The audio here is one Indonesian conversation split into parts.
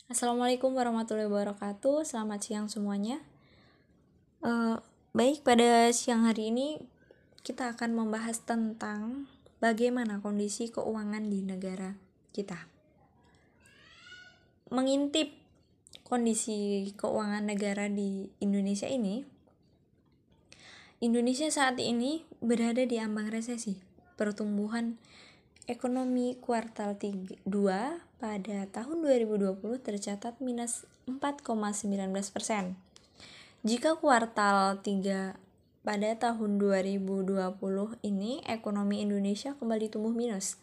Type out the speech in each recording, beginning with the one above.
Assalamualaikum warahmatullahi wabarakatuh. Selamat siang semuanya. Baik, pada siang hari ini kita akan membahas tentang bagaimana kondisi keuangan di negara kita. Mengintip kondisi keuangan negara di Indonesia ini, Indonesia saat ini berada di ambang resesi. Pertumbuhan ekonomi kuartal 2 pada tahun 2020 tercatat minus 4,19%. Jika kuartal 3 pada tahun 2020 ini ekonomi Indonesia kembali tumbuh minus,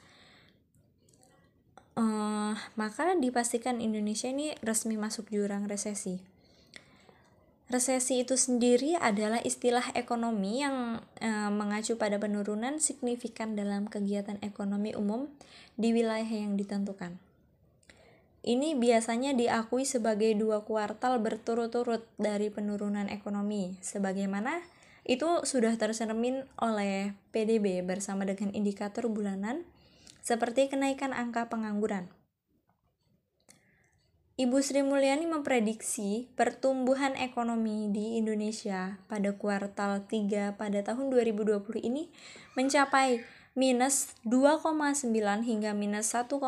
maka dipastikan Indonesia ini resmi masuk jurang resesi. Resesi itu sendiri adalah istilah ekonomi yang mengacu pada penurunan signifikan dalam kegiatan ekonomi umum di wilayah yang ditentukan. Ini biasanya diakui sebagai 2 kuartal berturut-turut dari penurunan ekonomi, sebagaimana itu sudah tercermin oleh PDB bersama dengan indikator bulanan seperti kenaikan angka pengangguran. Ibu Sri Mulyani memprediksi pertumbuhan ekonomi di Indonesia pada kuartal 3 pada tahun 2020 ini mencapai minus 2,9 hingga minus 1,0%.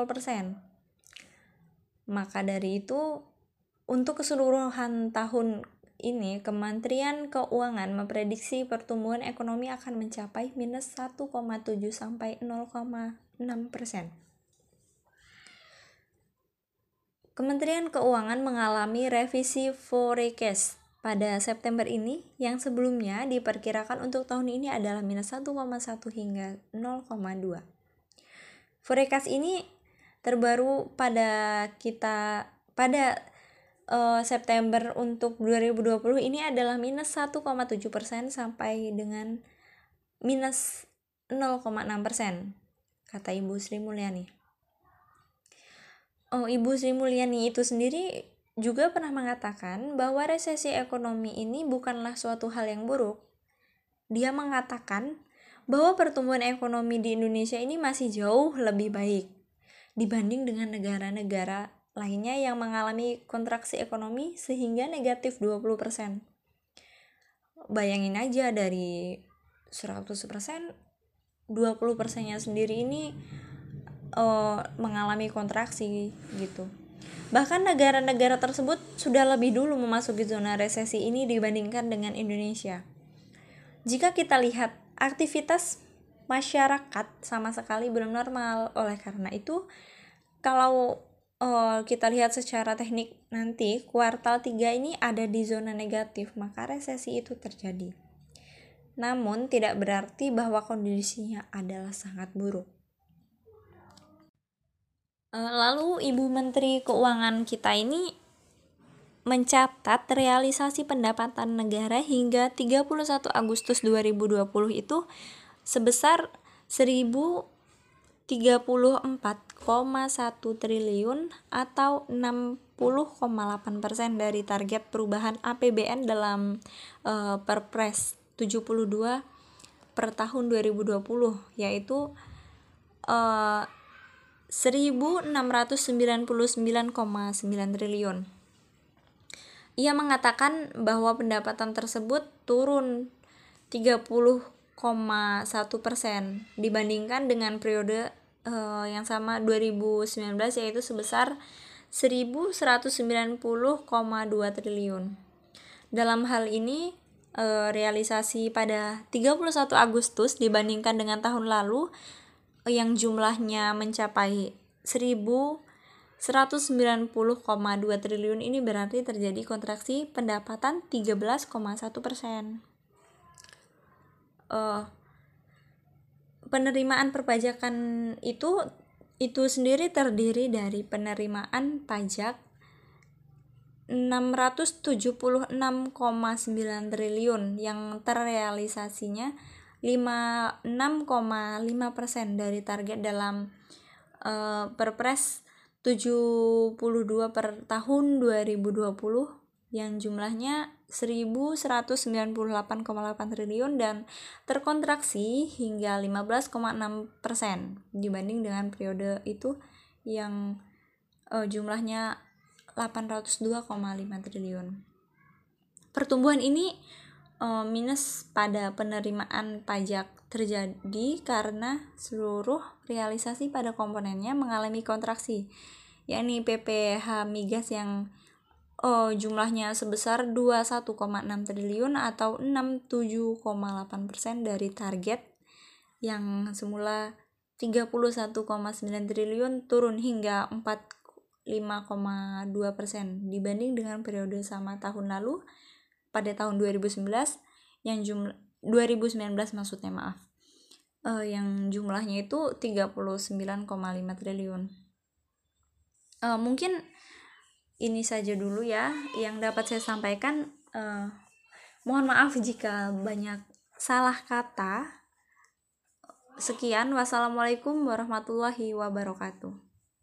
Maka dari itu, untuk keseluruhan tahun ini, Kementerian Keuangan memprediksi pertumbuhan ekonomi akan mencapai minus 1,7 sampai 0,6%. Kementerian Keuangan mengalami revisi forecast pada September ini yang sebelumnya diperkirakan untuk tahun ini adalah minus 1,1 hingga 0,2. Forecast ini terbaru pada September untuk 2020 ini adalah minus 1,7% sampai dengan minus 0,6%, kata Ibu Sri Mulyani. Ibu Sri Mulyani itu sendiri juga pernah mengatakan bahwa resesi ekonomi ini bukanlah suatu hal yang buruk. Dia mengatakan bahwa pertumbuhan ekonomi di Indonesia ini masih jauh lebih baik dibanding dengan negara-negara lainnya yang mengalami kontraksi ekonomi sehingga negatif 20%. Bayangin aja dari 100%, 20%-nya sendiri ini mengalami kontraksi gitu. Bahkan negara-negara tersebut sudah lebih dulu memasuki zona resesi ini dibandingkan dengan Indonesia. Jika kita lihat aktivitas masyarakat sama sekali belum normal, oleh karena itu kalau kita lihat secara teknik nanti kuartal 3 ini ada di zona negatif, maka resesi itu terjadi. Namun tidak berarti bahwa kondisinya adalah sangat buruk. Lalu Ibu Menteri Keuangan kita ini mencatat realisasi pendapatan negara hingga 31 Agustus 2020 itu sebesar 1.034,1 triliun atau 60,8% dari target perubahan APBN dalam Perpres 72 per tahun 2020, yaitu 1.699,9 triliun. Ia mengatakan bahwa pendapatan tersebut turun 30,1% dibandingkan dengan periode yang sama 2019, yaitu sebesar 1.190,2 triliun. Dalam hal ini realisasi pada 31 Agustus dibandingkan dengan tahun lalu yang jumlahnya mencapai 1.190,2 triliun ini berarti terjadi kontraksi pendapatan 13,1%. Penerimaan perpajakan itu sendiri terdiri dari penerimaan pajak 676,9 triliun yang terrealisasinya 56,5% dari target dalam Perpres 72 per tahun 2020 yang jumlahnya 1.198,8 triliun dan terkontraksi hingga 15,6% dibanding dengan periode itu yang jumlahnya 802,5 triliun. Pertumbuhan ini minus pada penerimaan pajak terjadi karena seluruh realisasi pada komponennya mengalami kontraksi, yakni PPh migas yang jumlahnya sebesar 21,6 triliun atau 67,8% dari target yang semula 31,9 triliun turun hingga 45,2% dibanding dengan periode sama tahun lalu pada tahun 2019 yang 2019 maksudnya maaf. Yang jumlahnya itu 39,5 triliun. Mungkin ini saja dulu ya yang dapat saya sampaikan. Mohon maaf jika banyak salah kata. Sekian, wassalamualaikum warahmatullahi wabarakatuh.